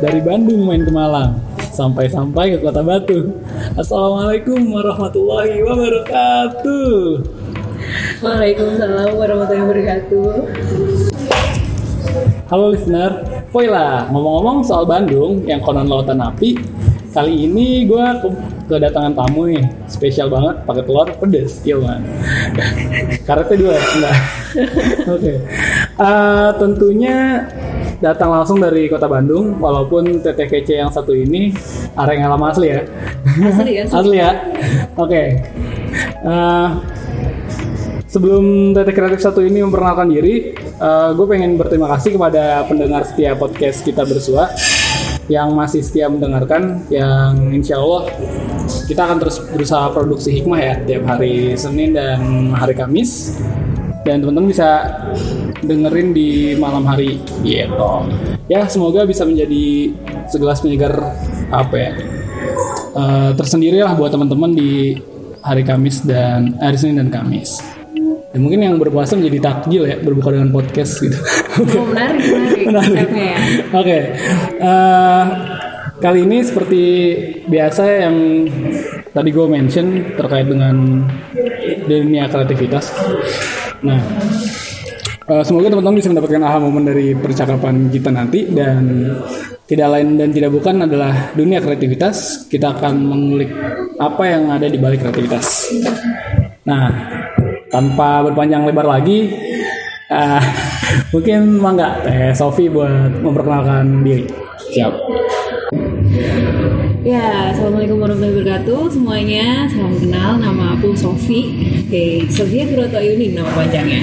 dari Bandung main ke Malang, sampai ke Kota Batu. Assalamualaikum warahmatullahi wabarakatuh. Waalaikumsalam warahmatullahi wabarakatuh. Halo listener, Voila, ngomong-ngomong soal Bandung yang konon lautan api, kali ini gue kedatangan tamu nih, spesial banget, pakai telur pedes, gimana? Karetnya 2, enggak? Oke. Tentunya datang langsung dari kota Bandung, walaupun Teteh Kece yang satu ini areng alam asli ya. Asli ya. Oke. Sebelum Teteh Kreatif satu ini memperkenalkan diri, gue pengen berterima kasih kepada pendengar setia podcast kita bersua yang masih setia mendengarkan, yang insya Allah kita akan terus berusaha produksi hikmah ya tiap hari Senin dan hari Kamis, dan teman-teman bisa dengerin di malam hari gitu. Ya semoga bisa menjadi segelas penyegar tersendiri lah buat teman-teman di hari Kamis dan hari Senin dan Kamis. Dan mungkin yang berpuasa menjadi takjil ya, berbuka dengan podcast gitu. Oh, menarik. Ya. Oke. Kali ini seperti biasa yang tadi gue mention terkait dengan dunia kreativitas. Nah, semoga teman-teman bisa mendapatkan aha momen dari percakapan kita nanti, dan tidak lain dan tidak bukan adalah dunia kreativitas. Kita akan mengulik apa yang ada di balik kreativitas. Nah, tanpa berpanjang lebar lagi, mungkin mangga Sofi buat memperkenalkan diri. Siap. Ya, assalamualaikum warahmatullahi wabarakatuh semuanya. Salam kenal, nama aku Sofi. Sofia Kurotoyuning nama panjangnya.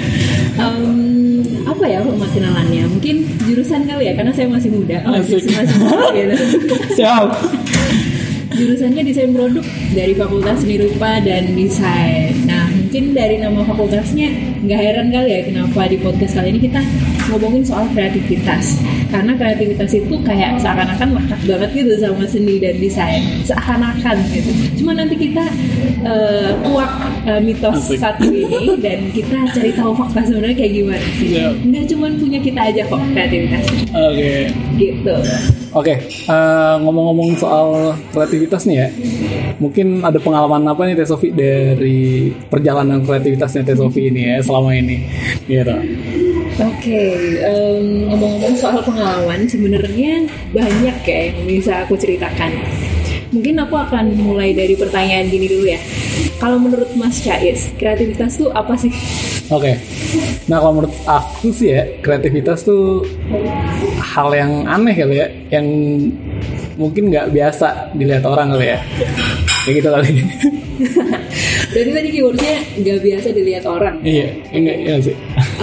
Apa ya format kenalannya? Mungkin jurusan kali ya, karena saya masih muda. Masih muda gitu. Siap. Jurusannya desain produk dari Fakultas Seni Rupa dan Desain. Nah, mungkin dari nama fakultasnya nggak heran kali ya kenapa di podcast kali ini kita ngomongin soal kreativitas. Karena kreativitas itu kayak seakan-akan lekat banget gitu sama seni dan desain. Seakan-akan gitu. Cuma nanti kita kuak mitos satu ini dan kita cari tahu fakta sebenarnya kayak gimana sih. Nggak cuma punya kita aja kok kreativitas. Oke. Gitu. Oke, ngomong-ngomong soal kreativitas nih ya, mungkin ada pengalaman apa nih Teh Sofi dari perjalanan kreativitasnya Teh Sofi ini ya selama ini, gitu. Oke, ngomong-ngomong soal pengalaman, sebenarnya banyak ya yang bisa aku ceritakan. Mungkin aku akan mulai dari pertanyaan gini dulu ya. Kalau menurut Mas Cais, kreativitas tuh apa sih? Oke. Nah kalau menurut aku sih ya, kreativitas tuh hal yang aneh kali ya, yang mungkin nggak biasa dilihat orang kali ya. Kayak gitu kali. Berarti tadi keywordnya nggak biasa dilihat orang. Iya, enggak sih.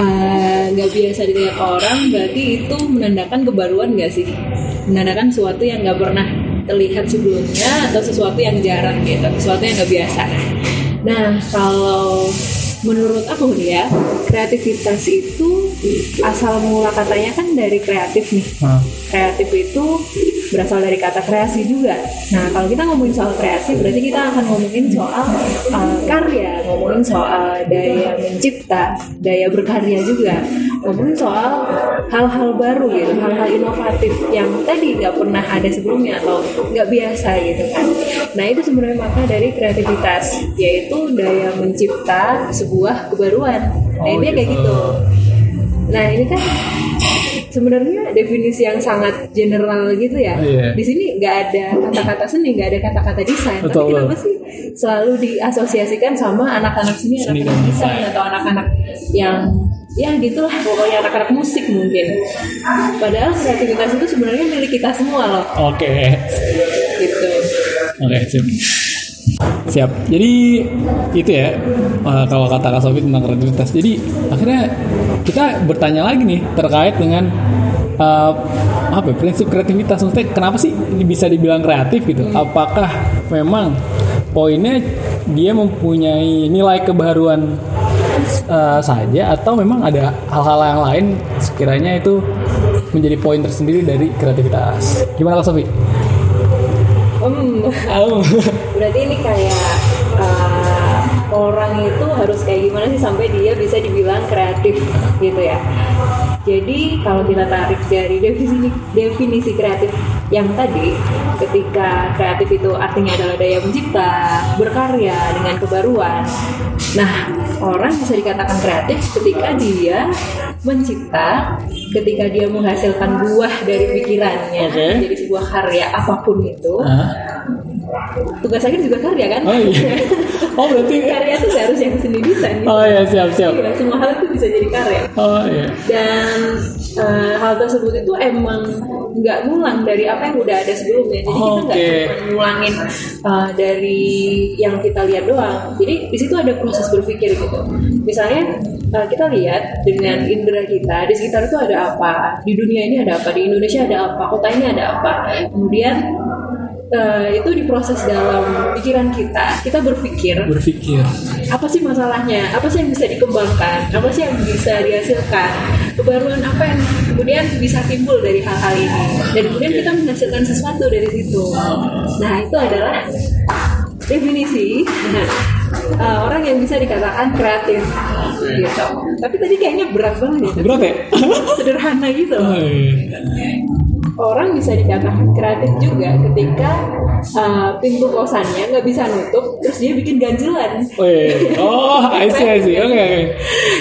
Nggak biasa dilihat orang berarti itu menandakan kebaruan nggak sih? Menandakan sesuatu yang nggak pernah terlihat sebelumnya atau sesuatu yang jarang gitu, sesuatu yang nggak biasa. Nah kalau menurut aku nih ya, kreativitas itu asal mula katanya kan dari kreatif nih. Kreatif itu berasal dari kata kreasi juga. Nah kalau kita ngomongin soal kreasi berarti kita akan ngomongin soal karya, ngomongin soal daya mencipta, daya berkarya juga, ngomongin soal hal-hal baru gitu, hal-hal inovatif yang tadi nggak pernah ada sebelumnya atau nggak biasa gitu kan. Nah itu sebenarnya makna dari kreativitas, yaitu daya mencipta sebuah kebaruan. Nah intinya kayak gitu. Nah ini kan sebenarnya definisi yang sangat general gitu ya. Di sini nggak ada kata-kata seni, nggak ada kata-kata desain. Tapi kenapa sih selalu diasosiasikan sama anak-anak seni, anak-anak desain atau anak-anak yang ya gitulah, pokoknya anak-anak musik mungkin. Padahal kreativitas itu sebenarnya milik kita semua loh. Oke. Gitu. Oke, siap. Jadi itu ya, kalau kata Kak Sofi tentang kreativitas. Jadi akhirnya kita bertanya lagi nih terkait dengan prinsip kreativitas. Maksudnya kenapa sih bisa dibilang kreatif gitu? Apakah memang poinnya dia mempunyai nilai kebaruan saja, atau memang ada hal-hal yang lain sekiranya itu menjadi poin tersendiri dari kreativitas? Gimana Kak Sofi? Berarti ini kayak orang itu harus kayak gimana sih sampai dia bisa dibilang kreatif gitu ya. Jadi kalau kita tarik dari definisi kreatif yang tadi ketika kreatif itu artinya adalah daya mencipta, berkarya dengan kebaruan. Nah, orang bisa dikatakan kreatif ketika dia mencipta, ketika dia menghasilkan buah dari pikirannya jadi sebuah karya apapun itu. Tugas akhir juga karya kan? Oh iya. Oh berarti karya itu gak harus yang seni desain. Oh iya, siap. Iya, semua hal itu bisa jadi karya. Oh iya. Dan hal tersebut itu emang nggak ngulang dari apa yang udah ada sebelumnya. Jadi kita nggak cuma ngulangin dari yang kita lihat doang. Jadi di situ ada proses berpikir gitu. Misalnya kita lihat dengan indera kita di sekitar itu ada apa, di dunia ini ada apa, di Indonesia ada apa, kota ini ada apa. Kemudian itu diproses dalam pikiran kita berpikir apa sih masalahnya, apa sih yang bisa dikembangkan, apa sih yang bisa dihasilkan, kebaruan apa yang kemudian bisa timbul dari hal-hal ini, dan kemudian kita menghasilkan sesuatu dari situ. Nah, itu adalah definisi orang yang bisa dikatakan kreatif gitu. Tapi tadi kayaknya berat banget ya. Berat ya? Sederhana gitu. Orang bisa dikatakan kreatif juga ketika pintu kosannya nggak bisa nutup, terus dia bikin ganjelan. Oh, I see. Oke.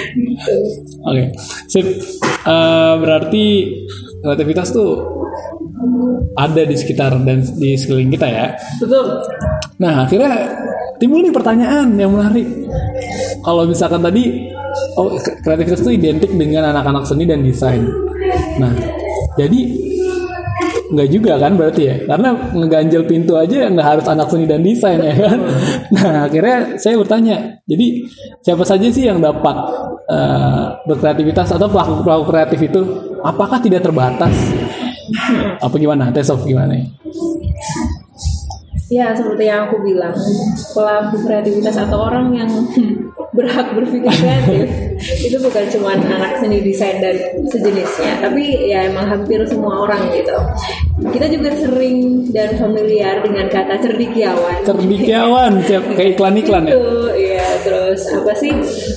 Sip. Berarti kreativitas tuh ada di sekitar dan di sekeliling kita ya. Betul. Nah, akhirnya timbul nih pertanyaan yang menarik. Kalau misalkan tadi, kreativitas itu identik dengan anak-anak seni dan desain. Nah, jadi nggak juga kan berarti ya, karena ngeganjel pintu aja nggak harus anak seni dan desain ya kan. Nah, akhirnya saya bertanya, jadi siapa saja sih yang dapat berkreativitas atau pelaku kreatif itu, apakah tidak terbatas? Apa gimana? Tesok gimana? Ya, seperti yang aku bilang, pelaku kreativitas atau orang yang berhak berpikir kreatif itu bukan cuma anak seni desain dan sejenisnya, tapi ya emang hampir semua orang gitu. Kita juga sering dan familiar dengan kata cerdikiawan. Siap kayak iklan-iklan ya. Iya, terus apa sih?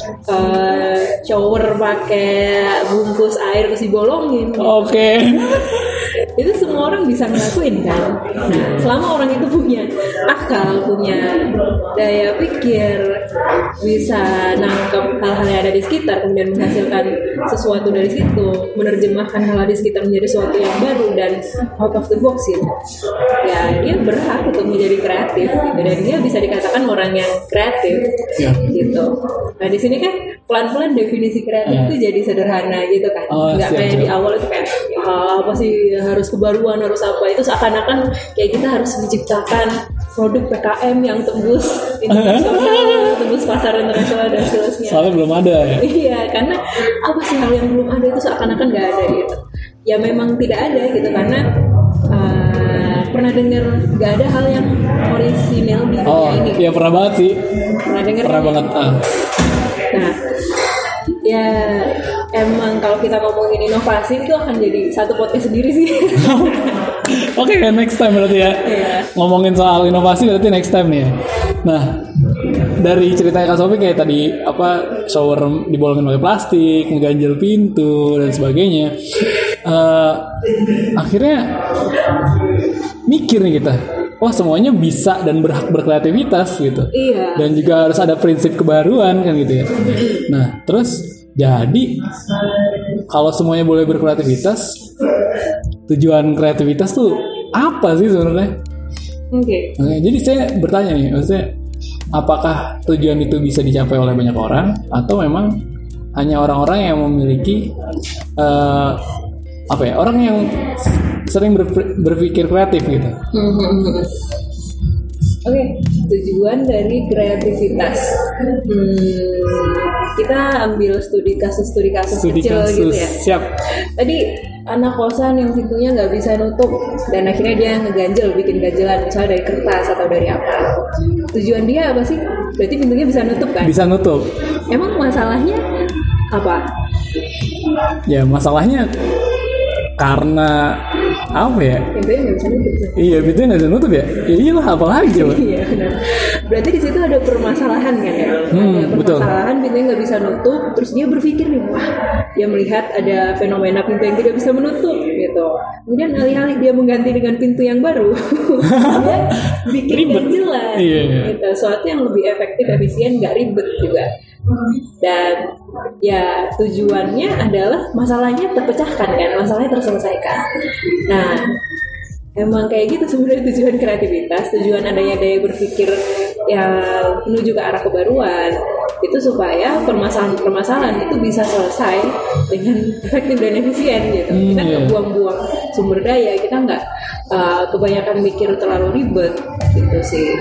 Shower pakai bungkus air terus dibolongin. Oke. Itu semua orang bisa ngelakuin kan. Nah, selama orang itu punya akal, punya daya pikir, bisa nangkep hal-hal yang ada di sekitar, kemudian menghasilkan sesuatu dari situ, menerjemahkan hal di sekitar menjadi sesuatu yang baru dan out of the box gitu. Ya, dia berhak untuk menjadi kreatif gitu, dan dia bisa dikatakan orang yang kreatif gitu. Nah, di sini kan pelan-pelan definisi kreatif itu jadi sederhana gitu kan. Nggak kayak di awal itu kayak apa sih, harus kebaruan, harus apa, itu seakan-akan kayak kita harus menciptakan produk PKM yang tembus internasional, tembus pasar internasional dan seterusnya. Soalnya belum ada ya. Iya, karena apa sih hal yang belum ada itu seakan-akan nggak ada gitu. Ya memang tidak ada gitu, karena pernah dengar nggak ada hal yang orisinal di dunia ini. Iya pernah banget sih. Pernah banget. Nah, ya emang kalau kita ngomongin inovasi itu akan jadi satu podcast sendiri sih. Oke, next time berarti ya. Ngomongin soal inovasi berarti next time nih ya. Nah, dari ceritanya Kak Sofi kayak tadi shower dibolongin pakai plastik, ngeganjel pintu dan sebagainya. Akhirnya mikir nih kita, semuanya bisa dan berhak berkreativitas gitu. Iya. Dan juga harus ada prinsip kebaruan kan gitu ya. Nah, terus jadi kalau semuanya boleh berkreativitas, tujuan kreativitas tuh apa sih sebenarnya? Oke, jadi saya bertanya nih, maksudnya apakah tujuan itu bisa dicapai oleh banyak orang atau memang hanya orang-orang yang memiliki orang yang sering berpikir kreatif gitu? Oke, tujuan dari kreativitas. Kita ambil studi kasus kecil gitu ya. Siap. Tadi anak kosan yang pintunya nggak bisa nutup dan akhirnya dia ngeganjel, bikin ganjelan misalnya dari kertas atau dari apa. Tujuan dia apa sih? Berarti pintunya bisa nutup kan? Bisa nutup. Emang masalahnya apa? Ya masalahnya karena apa ya? Pintunya nggak bisa nutup. Iya, pintunya nggak bisa nutup ya. Ya iyalah, apalagi coba. Iya benar. berarti di situ ada permasalahan kan ya? Ada permasalahan, pintunya nggak bisa nutup, terus dia berpikir nih, wah, dia melihat ada fenomena pintu yang tidak bisa menutup gitu. Kemudian alih-alih dia mengganti dengan pintu yang baru, dia bikin yang jelas, gitu. Suatu yang lebih efektif, efisien, nggak ribet juga. Dan ya tujuannya adalah masalahnya terpecahkan kan, masalahnya terselesaikan. Nah, emang kayak gitu sebenarnya tujuan kreativitas, tujuan adanya daya berpikir yang menuju ke arah kebaruan itu supaya permasalahan itu bisa selesai dengan efektif dan efisien gitu. Kita nggak buang-buang sumber daya, kita nggak kebanyakan mikir terlalu ribet gitu sih.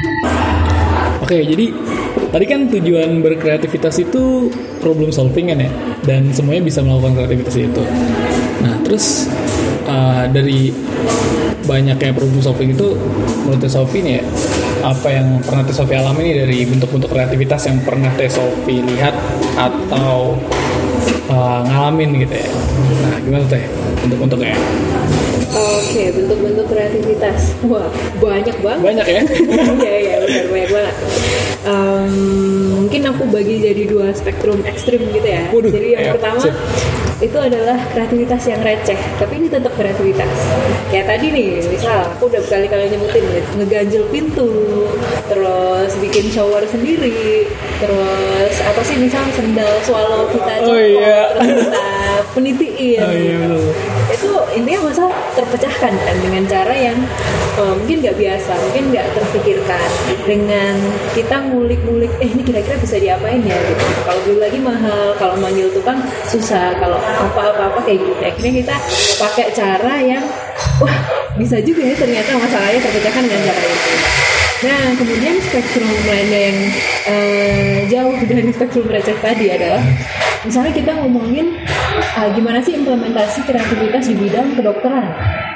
Oke, jadi tadi kan tujuan berkreativitas itu problem solving kan ya, dan semuanya bisa melakukan kreativitas itu. Nah, terus dari banyaknya problem solving itu, menurut Teh Sophie nih ya, apa yang pernah Teh Sophie alami nih dari bentuk-bentuk kreativitas yang pernah Teh Sophie lihat atau ngalamin gitu ya. Nah, gimana Teh bentuk-bentuknya? Oke, bentuk-bentuk kreativitas. Wah, banyak banget. Banyak ya? Iya, benar, banyak banget. Mungkin aku bagi jadi 2 spektrum ekstrim gitu ya. Waduh, jadi yang pertama itu adalah kreativitas yang receh, tapi ini tetap kreativitas. Kayak tadi nih, misal aku udah berkali-kali nyebutin ya, ngeganjel pintu, terus bikin shower sendiri, terus apa sih, misal sendal swallow kita copot, terus kita penitiin. Itu intinya masalah terpecahkan kan dengan cara yang mungkin nggak biasa, mungkin nggak terpikirkan, dengan kita ngulik-ngulik, ini kira-kira bisa diapain ya gitu. Kalau beli lagi mahal, kalau manggil tukang susah, kalau apa-apa kayak gitu. Akhirnya kita pakai cara yang wah, bisa juga ya ternyata masalahnya terpecahkan dengan cara itu. Nah, kemudian spektrum lainnya yang jauh dari spektrum receh tadi adalah misalnya kita ngomongin gimana sih implementasi kreativitas di bidang kedokteran.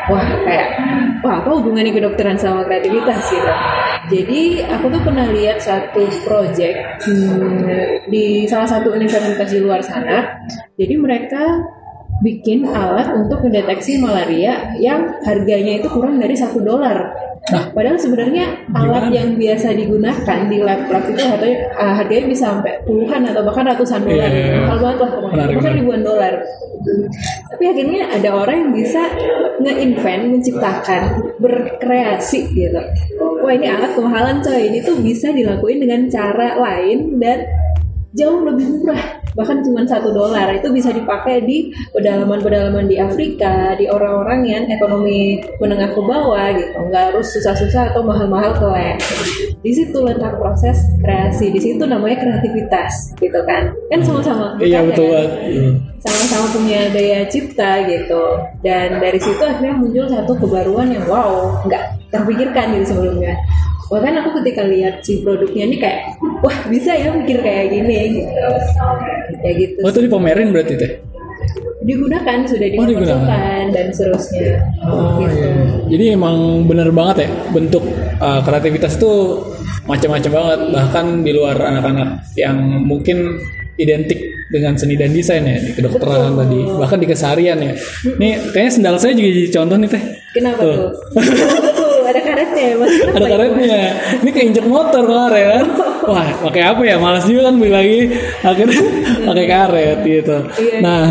Wah, apa hubungannya kedokteran sama kreativitas gitu. Jadi aku tuh pernah lihat satu project di salah satu universitas di luar sana. Jadi mereka bikin alat untuk mendeteksi malaria yang harganya itu kurang dari $1. Padahal sebenarnya alat yang biasa digunakan di lab-lab itu harganya bisa sampai puluhan atau bahkan ratusan dolar. Mahal banget lah pokoknya, bahkan ribuan dolar. Tapi akhirnya ada orang yang bisa nge-invent, menciptakan, berkreasi gitu. Wah, ini alat kemahalan coy, ini tuh bisa dilakuin dengan cara lain dan jauh lebih murah, bahkan cuma $1. Itu bisa dipakai di pedalaman-pedalaman di Afrika, di orang-orang yang ekonomi menengah ke bawah gitu, nggak harus susah-susah atau mahal-mahal ke lab. Di situ letak proses kreasi, di situ namanya kreativitas gitu kan sama-sama. Iya betul banget. Sama-sama punya daya cipta gitu, dan dari situ akhirnya muncul satu kebaruan yang wow, nggak terpikirkan gitu sebelumnya. Bahkan aku ketika lihat si produknya ini kayak, wah bisa ya mikir kayak gini gitu. Ya gitu. Oh, itu dipamerin berarti Teh? Digunakan, sudah dimasukkan dan seterusnya. Gitu. Iya. Jadi emang bener banget ya, bentuk kreativitas itu macam-macam banget. Bahkan di luar anak-anak yang mungkin identik dengan seni dan desain ya, di kedokteran tadi, bahkan di keseharian ya. Nih kayaknya sendal saya juga jadi contoh nih Teh. Kenapa tuh? Ada karetnya ya, Mas. Ada karetnya. Ini keinjek motor kemarin. Wah, pakai apa ya? Malas juga kan beli lagi. Akhirnya pakai karet gitu. Iya. Nah,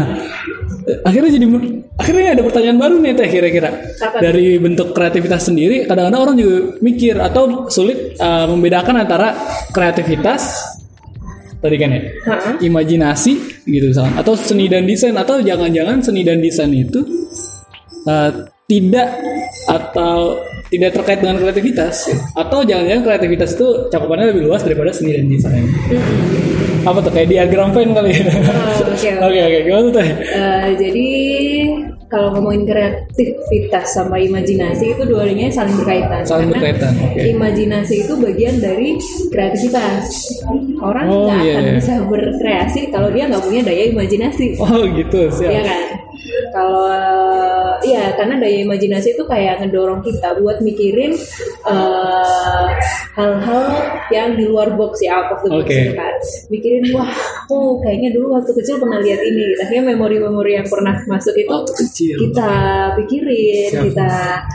akhirnya ada pertanyaan baru nih Teh, kira-kira. Dari bentuk kreativitas sendiri, kadang-kadang orang juga mikir atau sulit membedakan antara kreativitas tadi kan ya, imajinasi gitu misalnya, atau seni dan desain, atau jangan-jangan seni dan desain itu tidak terkait dengan kreativitas, atau jangan-jangan kreativitas itu cakupannya lebih luas daripada seni dan desain. Apa tuh, kayak diagram Venn kali ya? Oke, gimana tuh Teh? Jadi kalau ngomongin kreativitas sama imajinasi itu dua-duanya saling berkaitan. Okay. Imajinasi itu bagian dari kreativitas. Orang nggak akan bisa berkreasi kalau dia nggak punya daya imajinasi. Oh gitu, siap. Iya kan? Kalau ya karena daya imajinasi itu kayak ngedorong kita buat mikirin hal-hal yang di luar box ya, out of the box gitu kan. Mikirin wah, aku kayaknya dulu waktu kecil pernah lihat ini. Akhirnya memori-memori yang pernah masuk itu kita pikirin, kita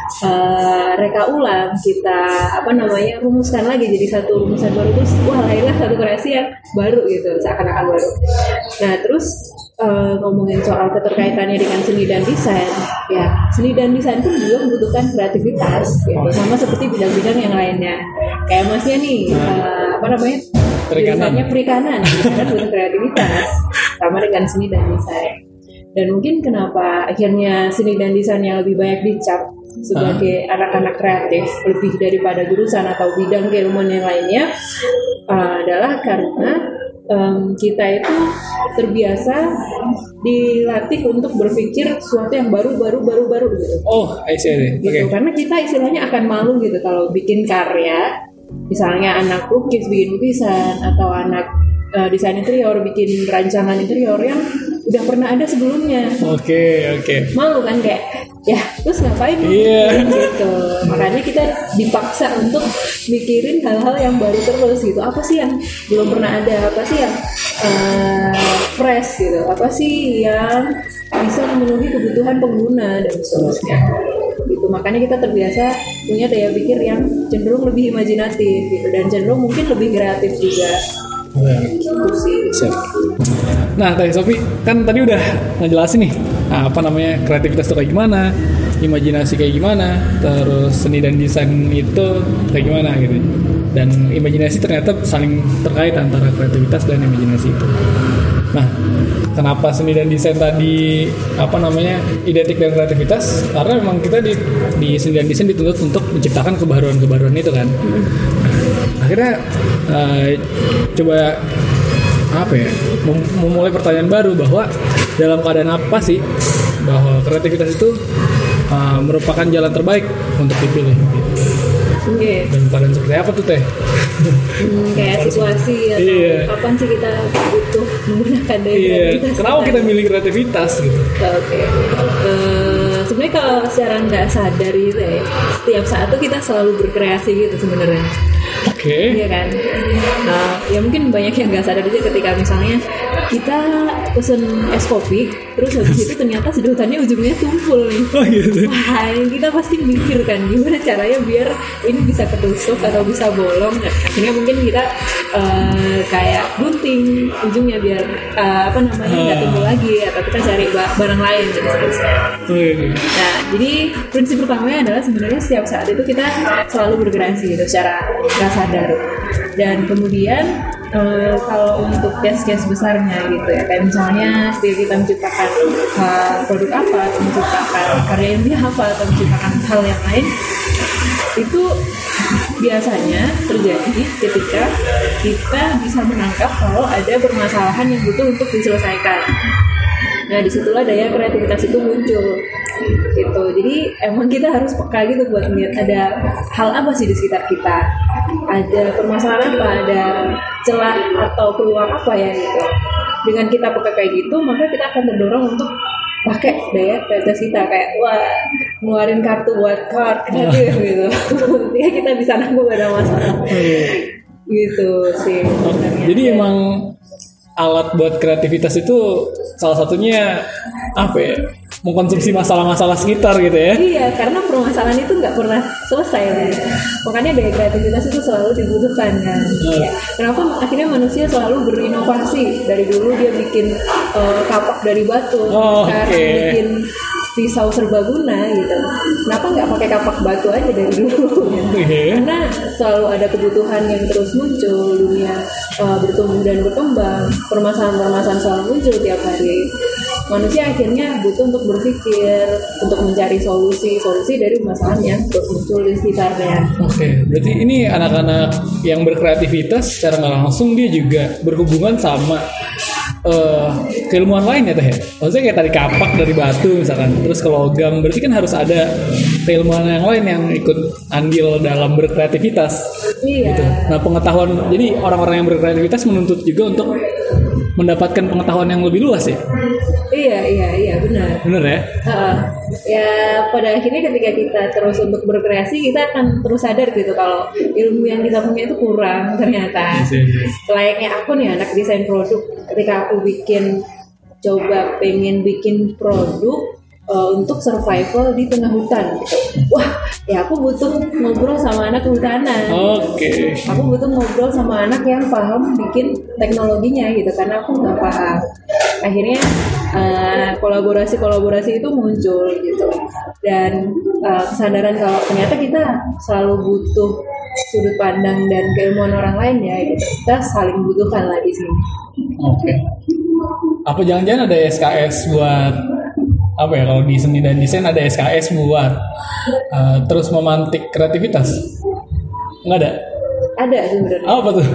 reka ulang, kita rumuskan lagi jadi satu rumusan baru, terus wah lahirlah satu kreasi yang baru gitu, seakan-akan baru. Nah terus ngomongin soal keterkaitannya dengan seni dan desain, ya seni dan desain pun juga membutuhkan kreativitas, gitu. Sama seperti bidang-bidang yang lainnya. Kayak masnya nih, jurusannya perikanan butuh kreativitas, sama dengan seni dan desain. Dan mungkin kenapa akhirnya seni dan desainnya lebih banyak dicap sebagai anak-anak kreatif lebih daripada jurusan atau bidang keilmuan yang lainnya, adalah karena kita itu terbiasa dilatih untuk berpikir sesuatu yang baru gitu. Oh, I see. Gitu. Karena kita istilahnya akan malu gitu kalau bikin karya, misalnya anak lukis bikin lukisan atau anak desain interior bikin rancangan interior yang udah pernah ada sebelumnya. Oke. Malu kan kayak ya terus ngapain gitu. Makanya kita dipaksa untuk mikirin hal-hal yang baru terus gitu. Apa sih yang belum pernah ada? Apa sih yang fresh gitu? Apa sih yang bisa memenuhi kebutuhan pengguna dan seterusnya. Gitu. Makanya kita terbiasa punya daya pikir yang cenderung lebih imajinatif gitu, dan cenderung mungkin lebih kreatif juga. Siap. Nah, Teh Sofi kan tadi udah ngejelasin nih kreativitas itu kayak gimana, imajinasi kayak gimana, terus seni dan desain itu kayak gimana gitu. Dan imajinasi ternyata saling terkait antara kreativitas dan imajinasi itu. Nah, kenapa seni dan desain tadi identik dengan kreativitas? Karena memang kita di seni dan desain dituntut untuk menciptakan kebaruan-kebaruan itu kan. Akhirnya coba memulai pertanyaan baru bahwa dalam keadaan apa sih bahwa kreativitas itu merupakan jalan terbaik untuk dipilih. Dan keadaan seperti apa tuh Teh? Kayak situasi atau kapan sih kita butuh menggunakan daya kreativitas? Kenapa kita milih kreativitas gitu? Sebenarnya kalau secara nggak sadar gitu ya, setiap saat tuh kita selalu berkreasi gitu sebenarnya. Iya kan. Ya mungkin banyak yang nggak sadar aja ketika misalnya kita pesen es kopi, terus habis itu ternyata sedotannya ujungnya tumpul nih. Gitu. Wah, kita pasti mikir kan gimana caranya biar ini bisa ketusuk atau bisa bolong. Akhirnya mungkin kita kayak gunting ujungnya biar nggak tumpul lagi, atau kita cari barang lain gitu. Nah, jadi prinsip pertamanya adalah sebenarnya setiap saat itu kita selalu berkreasi gitu secara nggak sadar. Dan kemudian kalau untuk case-case besarnya gitu ya, kayak misalnya kita menciptakan produk apa, atau menciptakan karya ilmiah apa, atau menciptakan hal yang lain, itu biasanya terjadi ketika kita bisa menangkap kalau ada permasalahan yang butuh untuk diselesaikan. Nah, disitulah daya kreativitas itu muncul gitu. Jadi emang kita harus peka gitu buat melihat ada hal apa sih di sekitar kita, ada permasalahan apa, ada celah atau peluang apa ya gitu. Dengan kita peka kayak gitu, maka kita akan terdorong untuk pakai daya kreativitas kita, kayak ngeluarin kartu buat kreatif gitu. Ya kita bisa nanggung ada masalah gitu sih. Jadi emang alat buat kreativitas itu salah satunya mengkonsumsi masalah-masalah sekitar gitu ya. Iya, karena permasalahan itu nggak pernah selesai kan. Makanya daya kreativitas itu selalu dibutuhkan kan. Ya. Kenapa akhirnya manusia selalu berinovasi? Dari dulu dia bikin kapak dari batu, sekarang bikin pisau serbaguna gitu. Kenapa nggak pakai kapak batu aja dari dulu? Ya? Karena selalu ada kebutuhan yang terus muncul, dunia bertumbuh dan berkembang, permasalahan-permasalahan selalu muncul tiap hari. Manusia akhirnya butuh untuk berpikir, untuk mencari solusi dari permasalahan yang muncul di sekitarnya. Berarti ini anak-anak yang berkreativitas secara nggak langsung dia juga berhubungan sama keilmuan lain ya Teh? Maksudnya kayak tadi kapak dari batu misalkan, terus ke logam, berarti kan harus ada keilmuan yang lain yang ikut andil dalam berkreativitas. Iya. Gitu. Nah pengetahuan, jadi orang-orang yang berkreativitas menuntut juga untuk mendapatkan pengetahuan yang lebih luas ya? Iya benar. Benar ya? ya pada akhirnya ketika kita terus untuk berkreasi, kita akan terus sadar gitu kalau ilmu yang kita punya itu kurang ternyata. Layaknya aku nih anak desain produk, ketika aku coba pengen bikin produk untuk survival di tengah hutan gitu. Wah, ya aku butuh ngobrol sama anak kehutanan. Oke. Aku butuh ngobrol sama anak yang paham bikin teknologinya gitu, karena aku nggak paham. Akhirnya kolaborasi itu muncul gitu, dan kesadaran kalau ternyata kita selalu butuh sudut pandang dan keilmuan orang lain ya gitu. Kita saling butuhkan lah di sini. Oke. Apa jangan-jangan ada SKS buat apa ya, kalau di seni dan desain ada SKS buat terus memantik kreativitas? Nggak ada? Ada sebenarnya. Apa tuh?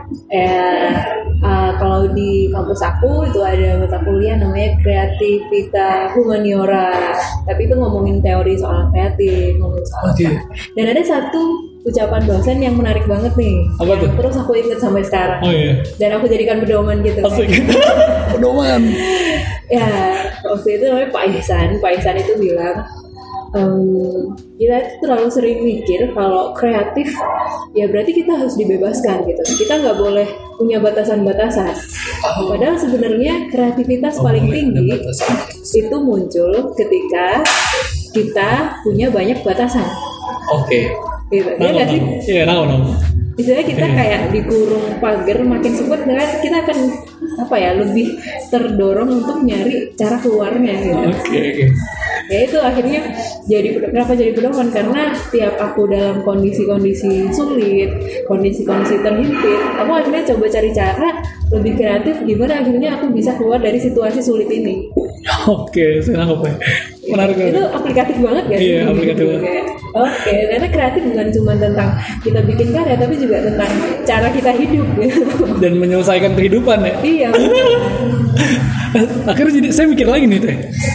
Kalau di kampus aku itu ada mata kuliah namanya Kreativita Humaniora, tapi itu ngomongin teori soal kreatif, ngomongin soal dan ada satu ucapan dosen yang menarik banget nih. Apa tuh? Terus aku ingat sampai sekarang. Oh iya. Dan aku jadikan pedoman gitu. Asik. Pedoman. Ya, waktu itu namanya Pak Ihsan itu bilang, kita itu terlalu sering mikir kalau kreatif ya berarti kita harus dibebaskan gitu. Kita nggak boleh punya batasan-batasan. Padahal sebenarnya kreativitas paling tinggi itu muncul ketika kita punya banyak batasan. Oke. Gitu. Iya nggak sih? Iya, tahu. Misalnya kita kayak dikurung pagar, makin sempit kan kita akan lebih terdorong untuk nyari cara keluarnya gitu. Oke. Ya itu akhirnya kenapa jadi pedoman, karena tiap aku dalam kondisi-kondisi sulit, kondisi-kondisi terhimpit, aku akhirnya coba cari cara lebih kreatif gimana akhirnya aku bisa keluar dari situasi sulit ini. Oke, saya nangkep ya. Menarik. Itu aplikatif banget gak sih? Iya, aplikatif banget. Oke, karena kreatif bukan cuma tentang kita bikin karya, tapi juga tentang cara kita hidup gitu. Dan menyelesaikan kehidupan ya. Iya. Akhirnya jadi saya mikir lagi nih Teh.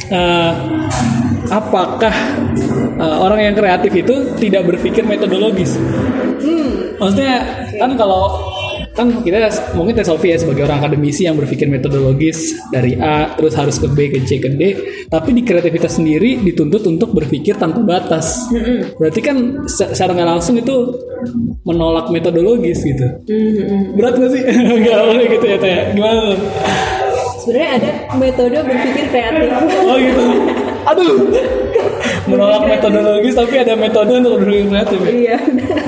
Apakah orang yang kreatif itu tidak berpikir metodologis? Maksudnya kan kita mungkin Teh Sofi ya sebagai orang akademisi yang berpikir metodologis dari A terus harus ke B ke C ke D, tapi di kreativitas sendiri dituntut untuk berpikir tanpa batas. Berarti kan secara nggak langsung itu menolak metodologis gitu. Berat nggak sih? Nggak boleh gitu ya Teh. Gimana? Sebenarnya ada metode berpikir kreatif. Oh gitu. Aduh. Menolak metodologis tapi ada metode untuk berpikir kreatif. Iya.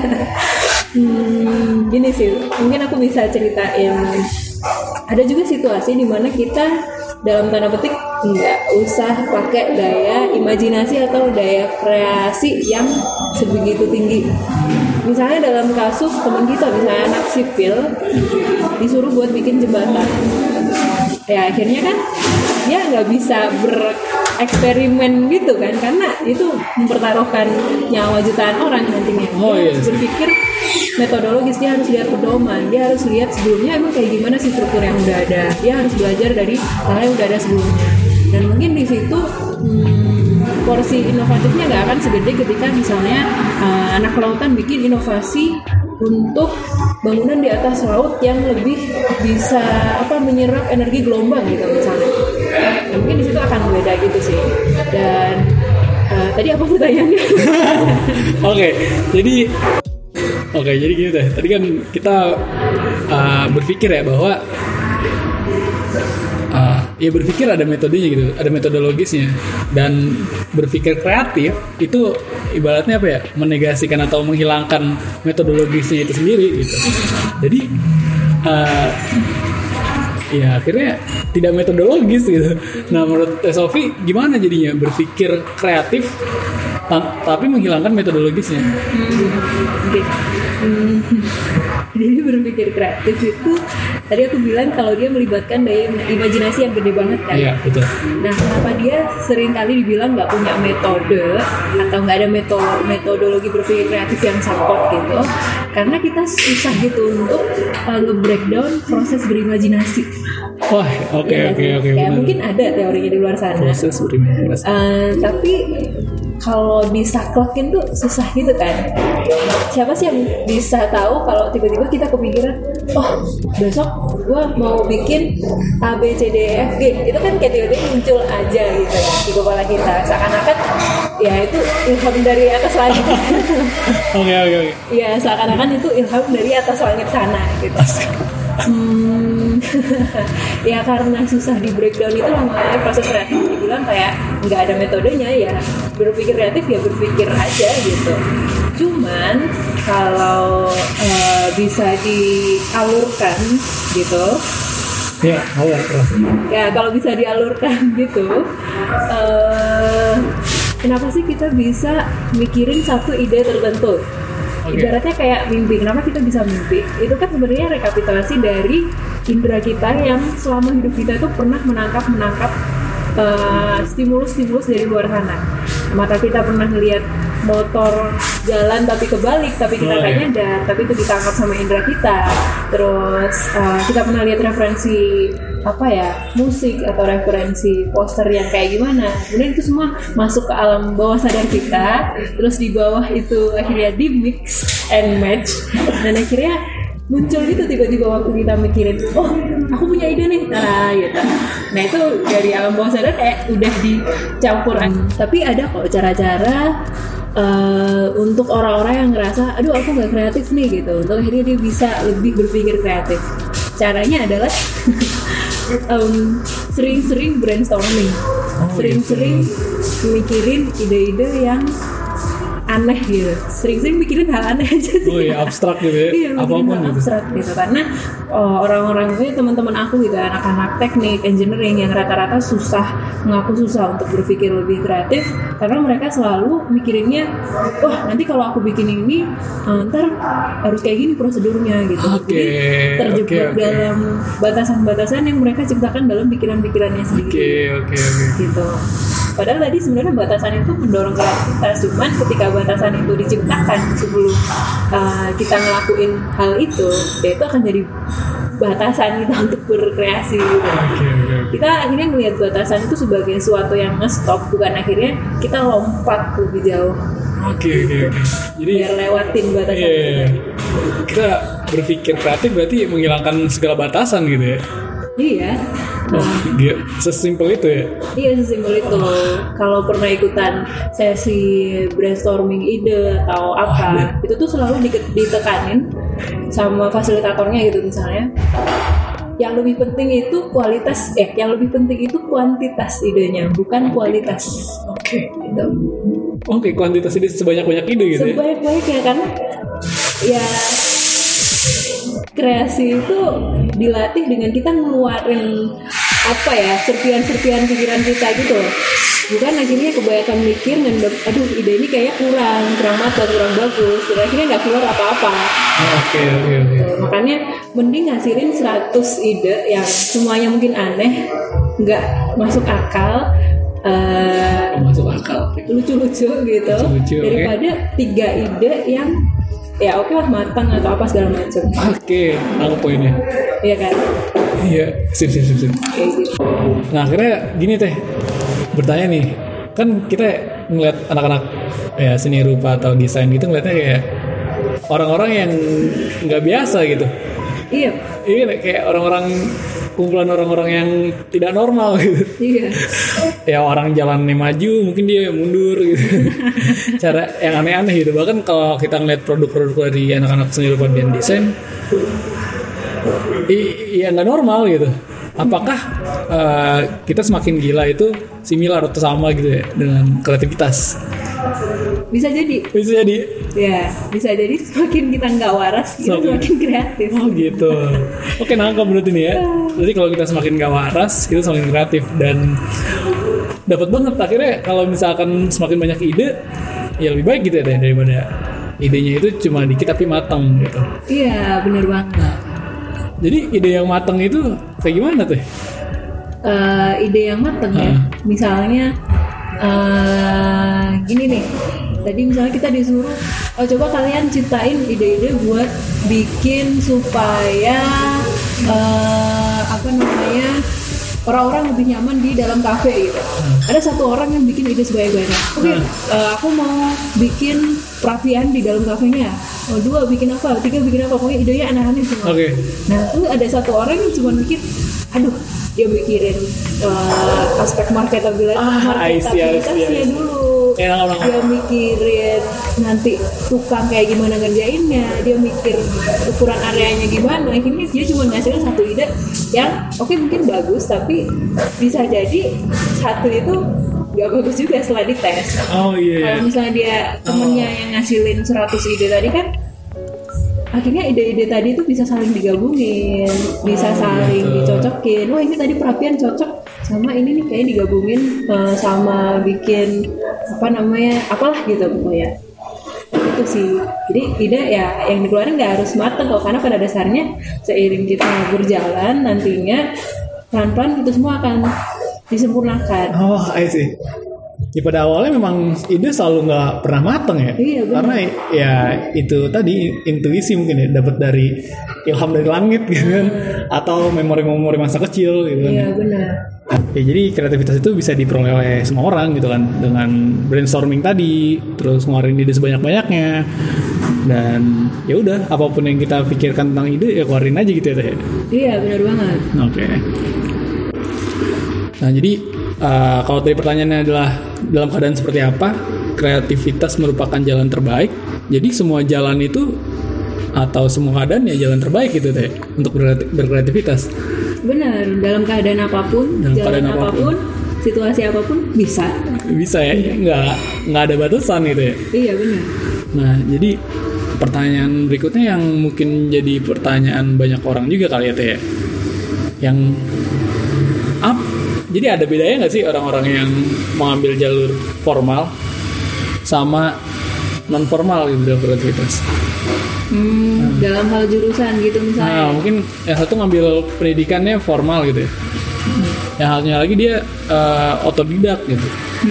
Gini sih, mungkin aku bisa ceritain. Ada juga situasi di mana kita dalam tanda petik nggak usah pakai daya imajinasi atau daya kreasi yang sebegitu tinggi. Misalnya dalam kasus teman kita, misalnya anak sipil disuruh buat bikin jembatan. Ya akhirnya kan dia nggak bisa bereksperimen gitu kan, karena itu mempertaruhkan nyawa jutaan orang nantinya. Dia harus berpikir metodologis, dia harus lihat pedoman, dia harus lihat sebelumnya emang kayak gimana sih struktur yang udah ada. Dia harus belajar dari hal yang udah ada sebelumnya. Dan mungkin di situ porsi inovatifnya nggak akan segede ketika misalnya anak kelautan bikin inovasi untuk bangunan di atas laut yang lebih bisa menyerap energi gelombang gitu misalnya. Nah, mungkin di situ akan beda gitu sih. Dan tadi apa pertanyaannya? Oke, jadi gini deh. Tadi kan kita berpikir ya bahwa ya berpikir ada metodenya gitu, ada metodologisnya, dan berpikir kreatif itu ibaratnya apa ya, menegasikan atau menghilangkan metodologisnya itu sendiri gitu. Jadi ya akhirnya tidak metodologis gitu. Nah menurut Teh Sofi gimana jadinya berpikir kreatif tapi menghilangkan metodologisnya? Jadi berpikir kreatif itu tadi aku bilang kalau dia melibatkan daya imajinasi yang gede banget kan. Iya betul. Nah kenapa dia sering kali dibilang nggak punya metode atau nggak ada metodologi berpikir kreatif yang support gitu? Karena kita susah gitu untuk nge-breakdown proses berimajinasi. Wah oke. Mungkin ada teorinya di luar sana. Proses berimajinasi. Tapi kalau disaklekin tuh susah gitu kan. Siapa sih yang bisa tahu kalau tiba-tiba kita kepikiran, oh besok gue mau bikin A, B, C, D, E, F, G. Itu kan kayak tiba-tiba muncul aja gitu di kepala kita. Seakan-akan ya itu ilham dari atas langit. Oke. Ya seakan-akan itu ilham dari atas langit sana gitu. Ya karena susah di breakdown itu makanya proses kreatif dibilang kayak nggak ada metodenya, ya berpikir kreatif ya berpikir aja gitu. Cuman kalau bisa dialurkan gitu ya kalau bisa dialurkan gitu, kenapa sih kita bisa mikirin satu ide tertentu? Ibaratnya kayak mimpi. Kenapa kita bisa mimpi? Itu kan sebenarnya rekapitulasi dari indera kita yang selama hidup kita itu pernah menangkap stimulus-stimulus dari luar sana. Mata kita pernah melihat motor jalan tapi kebalik, tapi kita nggak nyadar, tapi itu ditangkap sama indera kita. Terus kita pernah lihat referensi musik atau referensi poster yang kayak gimana. Kemudian itu semua masuk ke alam bawah sadar kita. Terus di bawah itu akhirnya di mix and match, dan akhirnya muncul gitu tiba-tiba waktu kita mikirin, oh aku punya ide nih, gitu. Nah itu dari alam bawah sadar kayak udah dicampur. Tapi ada kok cara-cara untuk orang-orang yang ngerasa, aduh aku nggak kreatif nih gitu, untuk akhirnya dia bisa lebih berpikir kreatif. Caranya adalah sering-sering brainstorming, sering-sering mikirin ide-ide yang aneh gitu, sering-sering mikirin hal aneh aja sih. Oh iya, abstrak gitu ya. Iya, apapun gitu. Abstrak gitu. Karena orang-orang itu teman-teman aku gitu, anak-anak teknik, engineering yang rata-rata mengaku susah untuk berpikir lebih kreatif karena mereka selalu mikirinnya, wah nanti kalau aku bikin ini ntar harus kayak gini prosedurnya gitu. Jadi terjebak dalam batasan-batasan yang mereka ciptakan dalam pikiran-pikirannya sendiri. Gitu. Padahal tadi sebenarnya batasan itu mendorong kreativitas, cuman ketika batasan itu diciptakan sebelum kita ngelakuin hal itu, ya itu akan jadi batasan kita untuk berkreasi gitu. Kita akhirnya melihat batasan itu sebagai sesuatu yang nge-stop, bukan akhirnya kita lompat lebih jauh. Jadi biar lewatin batasan itu. Kita berpikir kreatif berarti menghilangkan segala batasan gitu ya. Iya. Sesimpel itu ya? Iya, sesimpel itu. Kalau pernah ikutan sesi brainstorming ide atau apa, itu tuh selalu ditekanin sama fasilitatornya gitu misalnya. Yang lebih penting itu yang lebih penting itu kuantitas idenya, bukan kualitas. Oke, kuantitas ide sebanyak-banyak ide gitu ya? Sebanyak-banyaknya kan. Ya kreasi itu dilatih dengan kita ngeluarin serpian-serpian pikiran kita gitu. Bukan akhirnya kebanyakan mikir aduh ide ini kayaknya kurang bagus, dan akhirnya nggak keluar apa-apa. Makanya mending ngasilin 100 ide yang semuanya mungkin aneh, nggak masuk akal, lucu-lucu gitu, daripada 3 ide yang ya oke lah matang atau apa segala macam. Aku poinnya. Iya kan? Iya, sip. Gitu. Nah akhirnya gini teh, bertanya nih, kan kita ngeliat anak-anak ya seni rupa atau desain gitu ngeliatnya kayak orang-orang yang nggak biasa gitu. Iya, kayak kumpulan orang-orang yang tidak normal gitu. Iya. Ya orang jalannya maju, mungkin dia mundur gitu. Cara yang aneh-aneh gitu. Bahkan kalau kita ngeliat produk-produk dari anak-anak seni rupa dan desain, iya nggak normal gitu. Apakah kita semakin gila itu similar atau sama gitu ya dengan kreativitas? Bisa jadi. Ya, bisa jadi semakin kita nggak waras, kita semakin kreatif. Oh gitu. Oke, nangkep berarti nih ya. Jadi kalau kita semakin nggak waras, kita semakin kreatif dan dapat banget. Akhirnya kalau misalkan semakin banyak ide, ya lebih baik gitu ya daripada idenya itu cuma dikit tapi matang gitu. Iya, benar banget. Jadi ide yang matang itu kayak gimana tuh? Ide yang matang ya, misalnya gini nih. Tadi misalnya kita disuruh, coba kalian ciptain ide-ide buat bikin supaya orang-orang lebih nyaman di dalam kafe gitu. Ada satu orang yang bikin ide sebanyak-banyaknya. Oke, aku mau bikin perapian di dalam kafenya. Oh, 2 bikin apa, 3 bikin apa, pokoknya idenya aneh-aneh semua. Nah, itu ada satu orang yang cuma mikir, aduh, dia mikirin aspek marketabilitasnya dulu. Dia mikirin nanti tukang kayak gimana ngerjainnya, dia mikir ukuran areanya gimana. Akhirnya dia cuma ngasilin satu ide yang oke, mungkin bagus, tapi bisa jadi satu itu gak bagus juga setelah dites. Kalau misalnya dia temennya yang ngasilin 100 ide tadi kan, akhirnya ide-ide tadi itu bisa saling digabungin, bisa saling dicocokin. Wah, ini tadi perapian cocok sama ini nih, kayaknya digabungin sama bikin apalah gitu pokoknya. Itu sih. Jadi ide ya yang dikeluarin nggak harus mateng kok, karena pada dasarnya seiring kita berjalan nantinya pelan-pelan itu semua akan disempurnakan. I see. Ya, pada awalnya memang ide selalu nggak pernah mateng ya. Iya, karena ya itu tadi intuisi mungkin ya, dapat dari ilham dari langit gitu kan, atau memori-memori masa kecil gitu kan. Iya, benar. Ya, jadi kreativitas itu bisa diperoleh oleh semua orang gitu kan, dengan brainstorming tadi, terus ngeluarin ide sebanyak-banyaknya, dan ya udah apapun yang kita pikirkan tentang ide ya keluarin aja gitu ya Teh. Iya, benar banget. Oke. Nah, jadi kalau tadi pertanyaannya adalah dalam keadaan seperti apa kreativitas merupakan jalan terbaik, jadi semua jalan itu atau semua keadaan ya jalan terbaik gitu Teh untuk berkreativitas. Benar, dalam keadaan apapun, situasi apapun bisa ya, nggak ada batasan gitu ya. Iya, benar. Nah, jadi pertanyaan berikutnya yang mungkin jadi pertanyaan banyak orang juga kali ya Teh, yang jadi ada bedanya nggak sih orang-orang yang mengambil jalur formal sama non formal gitu dalam kreativitas? Dalam hal jurusan gitu misalnya. Nah, mungkin yang satu ngambil pendidikannya formal gitu ya. Yang halnya lagi dia otodidak gitu.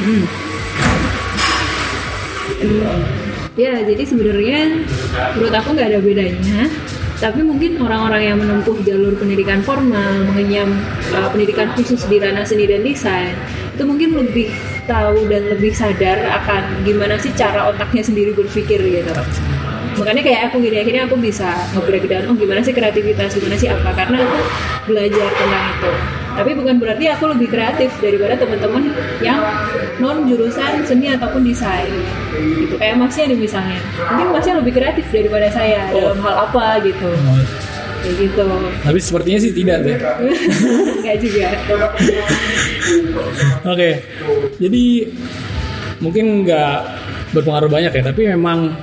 Ya, jadi sebenarnya menurut aku nggak ada bedanya. Tapi mungkin orang-orang yang menempuh jalur pendidikan formal, mengenyam pendidikan khusus di ranah seni dan desain, itu mungkin lebih tahu dan lebih sadar akan gimana sih cara otaknya sendiri berpikir gitu. Makanya kayak aku gini, akhirnya aku bisa nge-breakdown, gimana sih kreativitas, gimana sih apa, karena aku belajar tentang itu. Tapi bukan berarti aku lebih kreatif daripada teman-teman yang non jurusan seni ataupun desain gitu. Kayak Masnya nih misalnya, mungkin Masnya lebih kreatif daripada saya dalam hal apa gitu. Kayak gitu. Tapi sepertinya sih tidak deh. Enggak juga. Oke. Jadi mungkin nggak berpengaruh banyak ya, tapi memang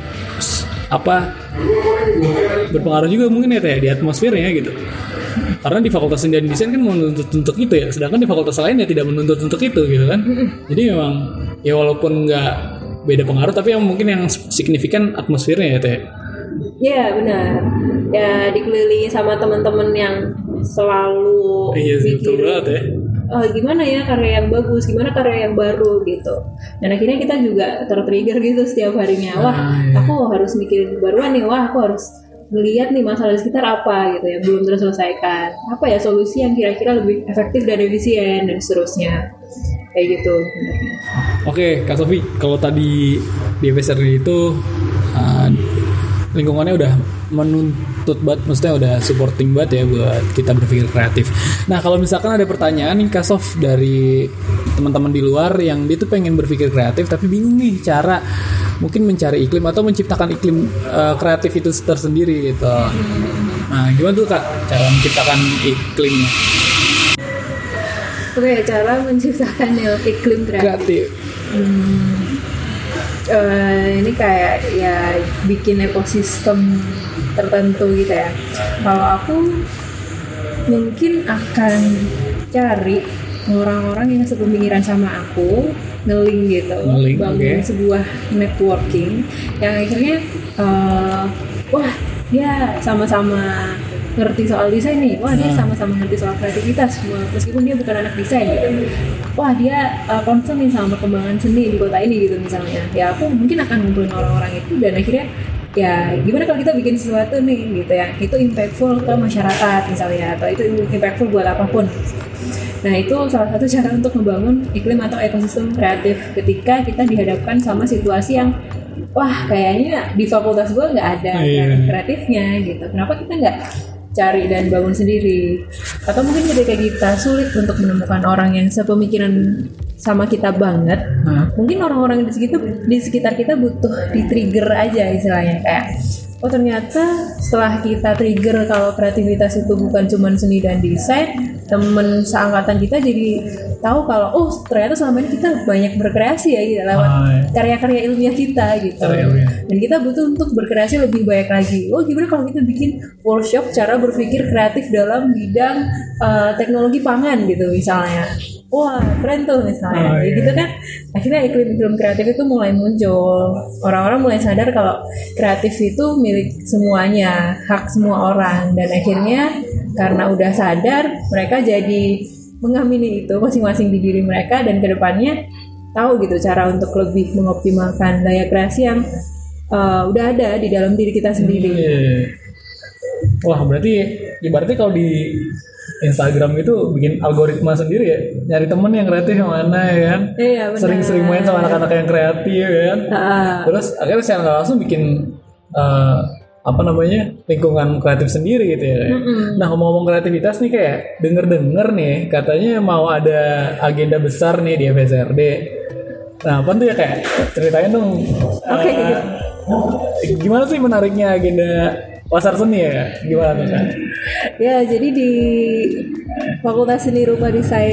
berpengaruh juga mungkin ya Teh di atmosfernya gitu. Karena di Fakultas Seni dan Desain kan menuntut untuk itu ya, sedangkan di fakultas lain ya tidak menuntut untuk itu gitu kan. Jadi memang ya walaupun nggak beda pengaruh, tapi yang mungkin yang signifikan atmosfernya ya Teh. Iya, benar. Ya dikelilingi sama teman-teman yang selalu mikir gimana ya karya yang bagus, gimana karya yang baru gitu. Dan akhirnya kita juga tertrigger gitu setiap harinya. Wah, aku harus mikirin baruan nih. Wah, aku harus ngelihat nih masalah di sekitar apa gitu ya, belum terselesaikan. Apa ya solusi yang kira-kira lebih efektif dan efisien dan seterusnya. Kayak gitu sebenarnya. Oke, Kak Sofi, kalau tadi di episode itu lingkungannya udah menuntut banget, maksudnya udah supporting banget ya buat kita berpikir kreatif. Nah, kalau misalkan ada pertanyaan nih Kak Sof dari teman-teman di luar yang dia tuh pengen berpikir kreatif tapi bingung nih cara mungkin mencari iklim atau menciptakan iklim kreatif itu tersendiri gitu. Nah, gimana tuh Kak cara menciptakan iklimnya? Oke, cara menciptakan iklim kreatif. Ini kayak ya bikin ekosistem tertentu gitu ya. Kalau aku mungkin akan cari orang-orang yang sepemikiran sama aku, nge-link gitu, bangun sebuah networking yang akhirnya wah dia sama-sama ngerti soal desain nih, wah dia sama-sama ngerti soal kreativitas meskipun dia bukan anak desain gitu. Wah dia concern nih sama perkembangan seni di kota ini gitu misalnya. Ya aku mungkin akan ngumpulin orang-orang itu dan akhirnya ya gimana kalau kita bikin sesuatu nih gitu ya, itu impactful ke masyarakat misalnya, atau itu impactful buat apapun. Nah itu salah satu cara untuk membangun iklim atau ekosistem kreatif ketika kita dihadapkan sama situasi yang wah kayaknya di fakultas gue nggak ada kreatifnya gitu. Kenapa kita nggak cari dan bangun sendiri? Atau mungkin ketika kita sulit untuk menemukan orang yang sepemikiran sama kita banget, mungkin orang-orang di sekitar kita butuh di-trigger aja istilahnya, kayak oh ternyata setelah kita trigger kalau kreativitas itu bukan cuma seni dan desain, temen seangkatan kita jadi tahu kalau oh ternyata selama ini kita banyak berkreasi ya gitu, lewat karya-karya ilmiah kita gitu. Dan kita butuh untuk berkreasi lebih banyak lagi. Oh gimana kalau kita bikin workshop cara berpikir kreatif dalam bidang teknologi pangan gitu misalnya. Wah keren tuh misalnya, gitu kan. Akhirnya iklim kreatif itu mulai muncul. Orang-orang mulai sadar kalau kreatif itu milik semuanya, hak semua orang. Dan akhirnya karena udah sadar, mereka jadi mengamini itu masing-masing di diri mereka. Dan kedepannya tahu gitu cara untuk lebih mengoptimalkan daya kreasi yang udah ada di dalam diri kita sendiri. Wah berarti ibaratnya kalau di Instagram itu bikin algoritma sendiri ya, nyari temen yang kreatif yang mana ya kan. Iya, sering-sering main sama anak-anak yang kreatif ya kan. Terus akhirnya secara nggak langsung bikin lingkungan kreatif sendiri gitu ya. Nah ngomong-ngomong kreativitas nih, kayak denger nih katanya mau ada agenda besar nih di FSRD. Nah apa tuh ya, kayak ceritain dong. Gimana sih menariknya agenda pasar seni ya? Gimana tuh kan? Ya jadi di Fakultas Seni Rupa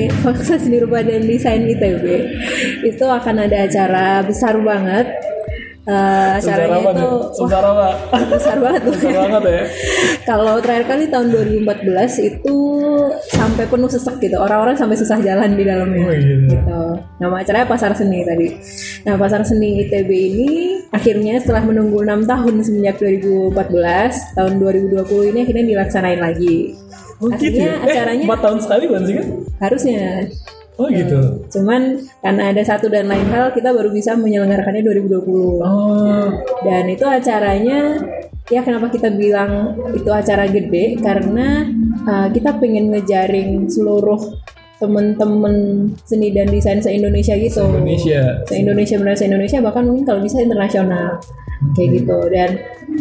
dan Desain ITB itu akan ada acara besar banget. Acaranya itu besar banget ya. Kalau terakhir kali tahun 2014 itu sampai penuh sesek gitu, orang-orang sampai susah jalan di dalamnya gitu. Nama acaranya Pasar Seni tadi. Nah Pasar Seni ITB ini akhirnya setelah menunggu 6 tahun semenjak 2014, tahun 2020 ini akhirnya dilaksanain lagi. Akhirnya acaranya 4 tahun sekali bukan sih kan? Harusnya. Oh gitu. Cuman karena ada satu dan lain hal kita baru bisa menyelenggarakannya 2020. Dan itu acaranya ya kenapa kita bilang itu acara gede, karena kita pengen ngejaring seluruh temen-temen seni dan desain se-Indonesia gitu. Se-Indonesia bahkan mungkin kalau bisa internasional kayak gitu. Dan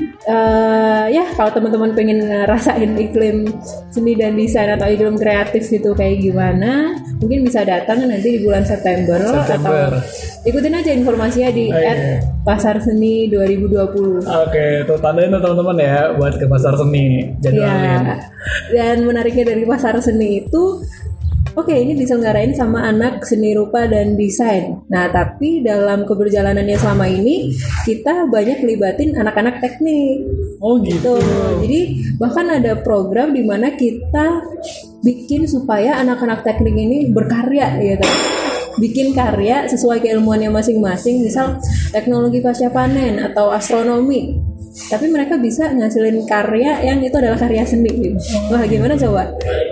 ya kalau teman-teman pengen ngerasain iklim seni dan desain atau iklim kreatif itu kayak gimana, mungkin bisa datang nanti di bulan September. Atau ikutin aja informasinya di @pasarseni 2020. Oke, tuh tandain tuh teman-teman ya buat ke Pasar Seni. Jadwalin. Dan menariknya dari Pasar Seni itu ini diselenggarain sama anak seni rupa dan desain. Nah, tapi dalam keberjalanannya selama ini kita banyak libatin anak-anak teknik. Oh gitu. Jadi bahkan ada program di mana kita bikin supaya anak-anak teknik ini berkarya gitu. Bikin karya sesuai keilmuannya masing-masing, misal teknologi pasca panen atau astronomi. Tapi mereka bisa ngasilin karya yang itu adalah karya seni gitu. Wah, gimana coba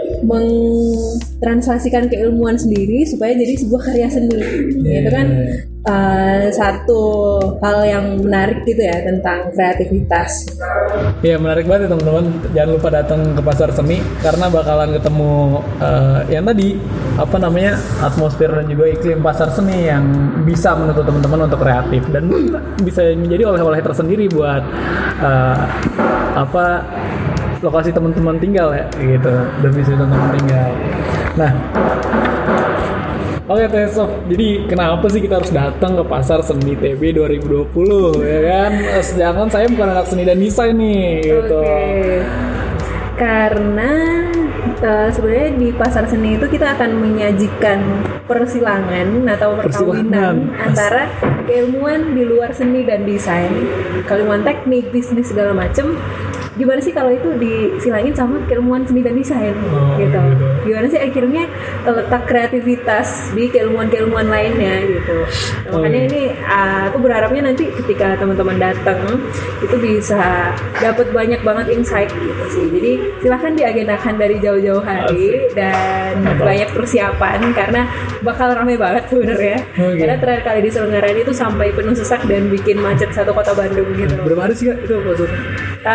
mentranslasikan keilmuan sendiri supaya jadi sebuah karya seni. Itu kan satu hal yang menarik gitu ya tentang kreativitas. Iya, menarik banget ya teman-teman. Jangan lupa datang ke Pasar Seni karena bakalan ketemu yang tadi atmosfer dan juga iklim pasar seni yang bisa menuntut teman-teman untuk kreatif dan bisa menjadi oleh-oleh tersendiri buat lokasi teman-teman tinggal ya gitu, domisili teman-teman tinggal. Nah, oke Sof, jadi kenapa sih kita harus datang ke Pasar Seni ITB 2020 ya kan? Sedangkan saya bukan anak seni dan desain nih gitu. Karena sebenarnya di Pasar Seni itu kita akan menyajikan persilangan atau perkawinan antara keilmuan di luar seni dan desain, keilmuan teknik, bisnis segala macam. Gimana sih kalau itu disilangin sama keilmuan seni dan desain gitu. Gimana sih akhirnya letak kreativitas di keilmuan-keilmuan lainnya gitu. Makanya ini aku berharapnya nanti ketika teman-teman datang itu bisa dapat banyak banget insight gitu sih. Jadi silakan diagendakan dari jauh-jauh hari dan banyak persiapan karena bakal ramai banget sebenarnya. Karena terakhir kali diselenggarain itu sampai penuh sesak dan bikin macet satu kota Bandung gitu. Berapa hari sih Kak itu maksudnya?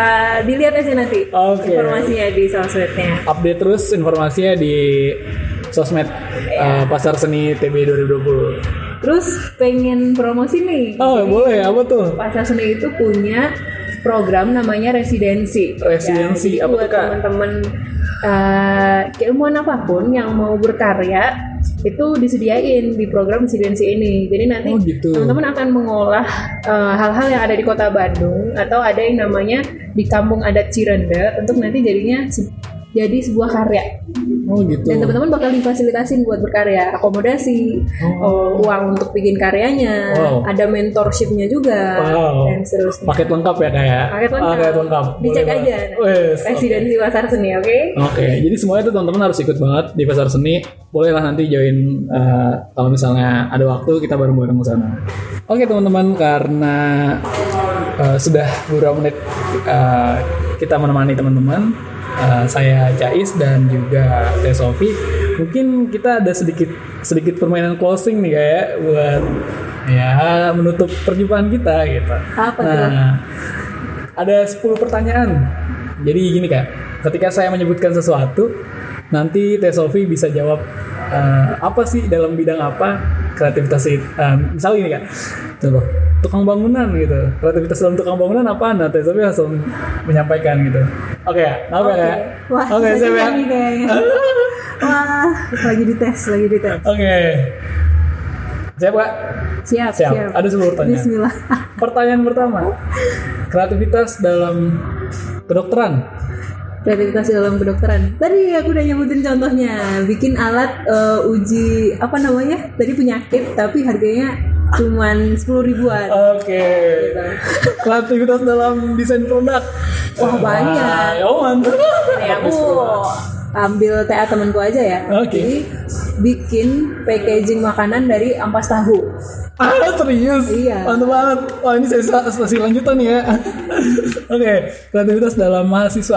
Dilihat aja nanti informasinya di sosmednya. Update terus informasinya di sosmed Pasar Seni TB 2020. Terus pengen promosi nih. Oh boleh, apa tuh? Pasar Seni itu punya program namanya residensi. Residensi, ya, apa buat tuh, Kak? teman-teman keilmuan apapun yang mau berkarya itu disediain di program residensi ini. Jadi nanti gitu. teman-teman akan mengolah hal-hal yang ada di Kota Bandung atau ada yang namanya di Kampung Adat Cirende untuk nanti jadinya jadi sebuah karya. Oh gitu. Dan teman-teman bakal difasilitasin buat berkarya, akomodasi, uang untuk bikin karyanya, ada mentorshipnya juga, dan seterusnya. Paket lengkap ya kayak. Paket lengkap. Dicek aja. Residensi Pasar Seni, oke? Oke. Jadi semuanya tuh teman-teman harus ikut banget di Pasar Seni. Bolehlah nanti join kalau misalnya ada waktu kita bareng-bareng ke sana. Oke teman-teman, karena sudah beberapa menit kita menemani teman-teman. Saya Cais dan juga Teh Sofi. Mungkin kita ada sedikit permainan closing nih kayak buat ya menutup perjumpaan kita gitu. Apa tuh? Ada 10 pertanyaan. Jadi gini Kak, ketika saya menyebutkan sesuatu, nanti Teh Sofi bisa jawab apa sih dalam bidang apa kreativitas itu. Misalnya gini Kak, coba tukang bangunan gitu, kreativitas dalam tukang bangunan apa? Nah Teh Sofi langsung menyampaikan gitu. Oke ya, apa ya? Wah, oke, siap ya. Wah, lagi dites. Oke. Siap Kak? Siap. Ada 10 pertanyaan. Bismillah. Pertanyaan pertama, kreativitas dalam kedokteran. Kreativitas dalam kedokteran. Tadi aku udah nyebutin contohnya, bikin alat uji apa namanya? Tadi penyakit tapi harganya cuman 10 ribuan. Oke. Kreativitas dalam desain produk. Wah banyak. Oh mantap. Ya, aku ambil TA temanku aja ya. Oke. Jadi bikin packaging makanan dari ampas tahu. Serius? Iya. Mantap banget. Wah ini saya masih lanjutan ya. Oke. Kreativitas dalam mahasiswa.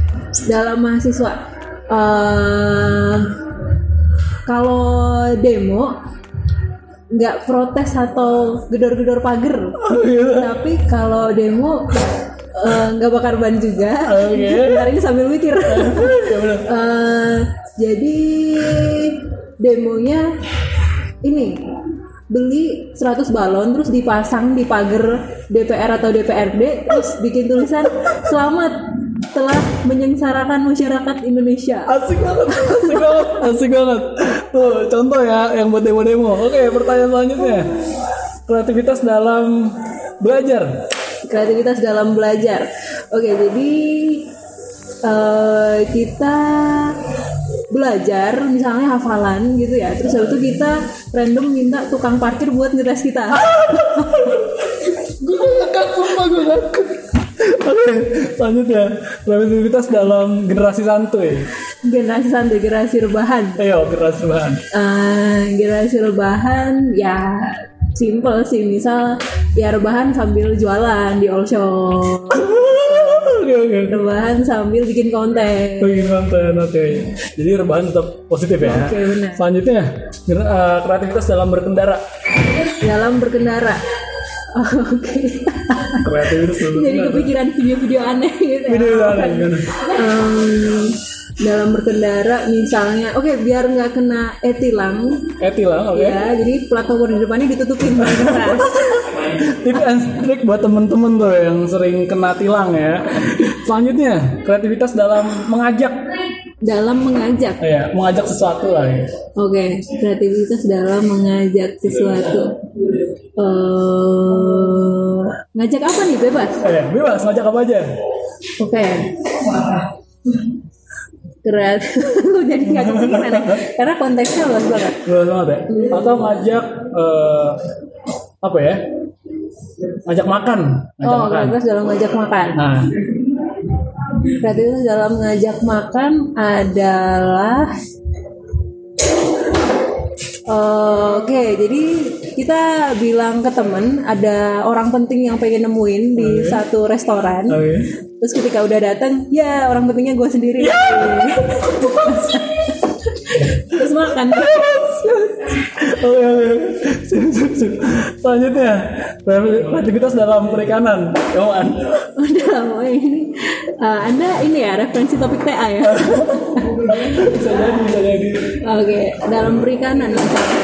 Kalau demo nggak protes atau gedor-gedor pagar. Tapi kalau demo nggak bakar ban juga. Bentar ini sambil mikir. Jadi demonya ini beli 100 balon terus dipasang di pagar DPR atau DPRD terus bikin tulisan selamat telah menyengsarakan masyarakat Indonesia. Asik banget. Tuh contoh ya yang buat demo-demo. Oke, pertanyaan selanjutnya. Kreativitas dalam belajar. Oke, jadi kita belajar misalnya hafalan gitu ya. Terus habis itu kita random minta tukang parkir buat ngetes kita. Gue ngakak. Oke, selanjutnya kreativitas dalam generasi santuy. Generasi rebahan. Ayo, generasi rebahan. Generasi rebahan ya simple sih, misal ya rebahan sambil jualan di all shop. Okay. Rebahan sambil bikin konten. Oke. Jadi rebahan tetap positif ya. Oke, benar. Selanjutnya kreativitas dalam berkendara. Oke. Kreativitas jadi kepikiran video-video aneh gitu. Video aneh. Dalam berkendara misalnya, biar nggak kena etilang, oke. Ya, jadi plat nomor di depannya ditutupin pakai kertas. Tips and trik buat temen-temen tuh yang sering kena tilang ya. Selanjutnya kreativitas dalam mengajak. Mengajak sesuatu lah ya. Oke, kreativitas dalam mengajak sesuatu. Ngajak apa nih, bebas? Bebas, ngajak apa aja. Oke. Lu jadi nggak kepikiran ya? Karena konteksnya luas banget ya. Atau ngajak apa ya? Ngajak makan. Kreativitas dalam ngajak makan. Nah. Kreativitas dalam ngajak makan adalah jadi kita bilang ke temen ada orang penting yang pengen nemuin di satu restoran. Terus ketika udah datang, ya orang pentingnya gue sendiri. Terus makan. Selanjutnya kreativitas dalam perikanan. Udah ini Anda ini ya referensi topik TA ya. Bisa jadi. Oke, dalam perikanan misalnya.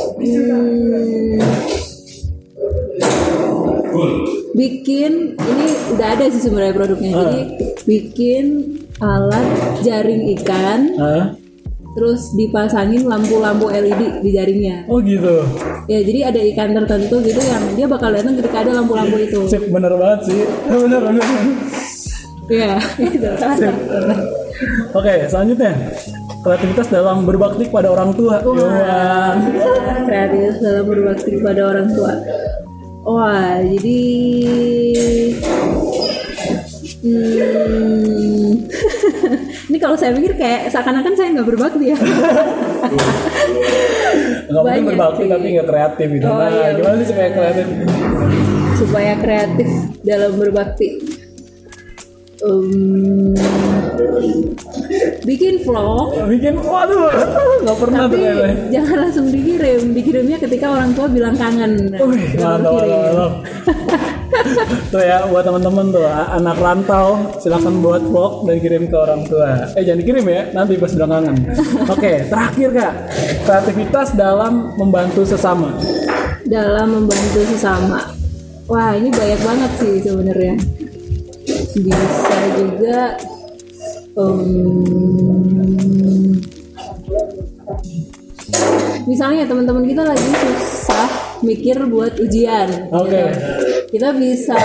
Bikin ini udah ada sih sebenarnya produknya. Jadi bikin alat jaring ikan. Terus dipasangin lampu-lampu LED di jaringnya. Oh gitu. Ya jadi ada ikan tertentu gitu yang dia bakal datang ketika ada lampu-lampu itu. Sip, bener banget sih. Bener. Iya, itu kan. Oke, selanjutnya kreativitas dalam berbakti pada orang tua. Wah, kreativitas dalam berbakti pada orang tua. Wah, jadi ini kalau saya pikir kayak seakan-akan saya nggak berbakti ya. Nggak mungkin berbakti sih. Tapi nggak kreatif gitu. Oh, iya. Gimana sih supaya kreatif? Supaya kreatif dalam berbakti. Bikin vlog. Waduh, nggak pernah Tapi tuh kayaknya. jangan langsung dikirimnya ketika orang tua bilang kangen. Mantap. Tuh ya buat teman-teman tuh anak rantau silakan buat vlog dan kirim ke orang tua. Jangan dikirim ya, nanti pas bilang kangen. Oke, terakhir Kak, kreativitas dalam membantu sesama. Wah, ini banyak banget sih sebenarnya. Bisa juga misalnya teman-teman kita lagi susah mikir buat ujian. Oke. Kita bisa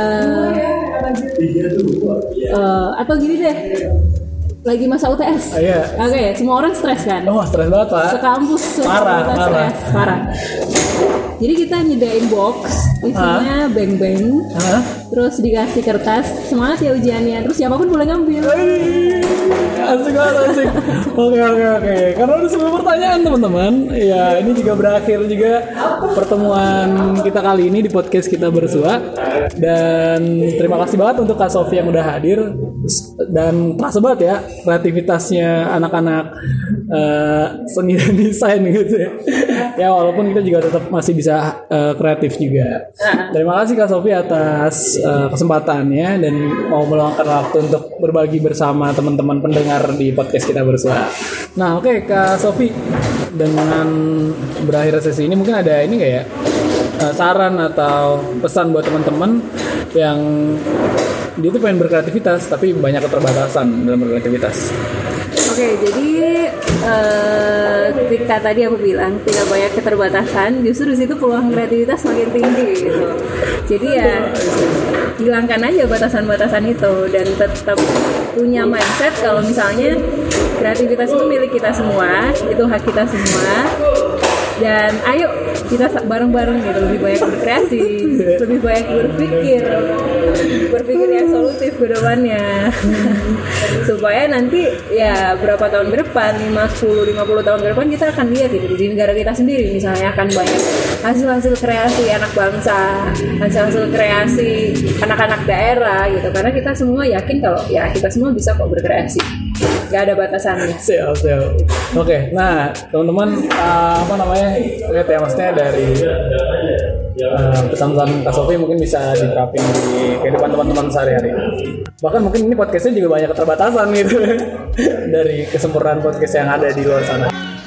atau gini deh, lagi masa UTS. Iya. Oke, semua orang stres kan? Wah, stres banget Pak. Sekampus Parah. parah. Jadi kita nyediain box isinya beng-beng, terus dikasih kertas, semangat ya ujiannya, terus siapapun boleh ngambil. Asik. Oke. Karena udah semua pertanyaan teman-teman. Ya, ini juga berakhir juga pertemuan kita kali ini di podcast Kita Bersua. Dan terima kasih banget untuk Kak Sofi yang udah hadir. Dan terasa banget ya kreativitasnya anak-anak seni dan desain gitu ya. Ya walaupun kita juga tetap masih bisa kreatif juga. Terima kasih Kak Sofi atas kesempatannya dan mau meluangkan waktu untuk berbagi bersama teman-teman pendengar di podcast Kita Bersua. Nah, oke, Kak Sofi, dengan berakhir sesi ini mungkin ada ini nggak ya saran atau pesan buat teman-teman yang dia tuh pengen berkreativitas tapi banyak keterbatasan dalam berkreativitas. Oke, jadi ketika tadi aku bilang tidak banyak keterbatasan, justru di situ peluang kreativitas makin tinggi gitu. Jadi ya hilangkan aja batasan-batasan itu dan tetap punya mindset kalau misalnya kreativitas itu milik kita semua, itu hak kita semua. Dan ayo kita bareng-bareng gitu, lebih banyak berkreasi, lebih banyak berpikir yang solutif ke depannya. Supaya nanti ya berapa tahun ke depan, 50 tahun ke depan kita akan lihat gitu di negara kita sendiri misalnya akan banyak hasil-hasil kreasi anak bangsa, hasil-hasil kreasi anak-anak daerah gitu. Karena kita semua yakin kalau ya kita semua bisa kok berkreasi. Gak ada batasannya. Siap. Oke, nah teman-teman lihat ya maksudnya dari pesan-pesan Kak Sofi mungkin bisa diterapin di kehidupan teman-teman sehari-hari. Bahkan mungkin ini podcastnya juga banyak keterbatasan gitu dari kesempurnaan podcast yang ada di luar sana.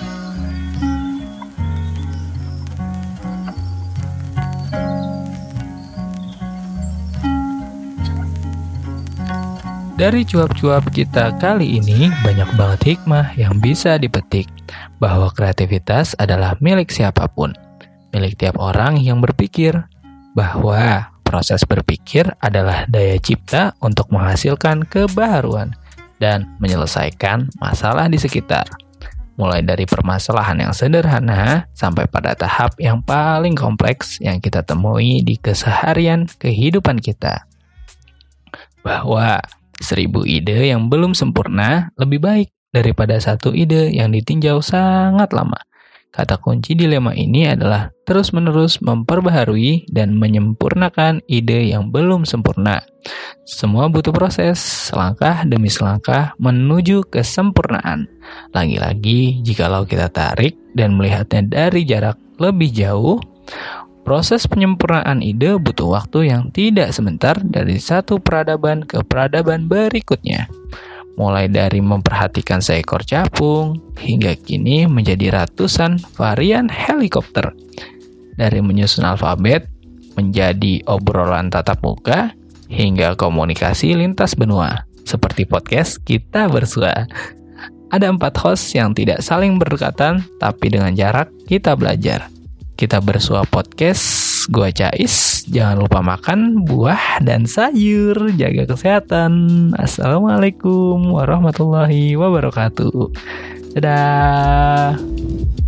Dari cuap-cuap kita kali ini banyak banget hikmah yang bisa dipetik bahwa kreativitas adalah milik siapapun, milik tiap orang yang berpikir, bahwa proses berpikir adalah daya cipta untuk menghasilkan kebaharuan dan menyelesaikan masalah di sekitar, mulai dari permasalahan yang sederhana sampai pada tahap yang paling kompleks yang kita temui di keseharian kehidupan kita. Bahwa 1000 ide yang belum sempurna lebih baik daripada 1 ide yang ditinjau sangat lama. Kata kunci dilema ini adalah terus-menerus memperbaharui dan menyempurnakan ide yang belum sempurna. Semua butuh proses, selangkah demi selangkah menuju kesempurnaan. Lagi-lagi, jikalau kita tarik dan melihatnya dari jarak lebih jauh, Proses penyempurnaan ide butuh waktu yang tidak sebentar dari satu peradaban ke peradaban berikutnya. Mulai dari memperhatikan seekor capung, hingga kini menjadi ratusan varian helikopter. Dari menyusun alfabet, menjadi obrolan tatap muka, hingga komunikasi lintas benua, seperti podcast Kita Bersua. Ada 4 host yang tidak saling berdekatan, tapi dengan jarak kita belajar. Kita Bersua Podcast, gua Cais. Jangan lupa makan buah dan sayur, jaga kesehatan. Assalamualaikum warahmatullahi wabarakatuh. Dadah.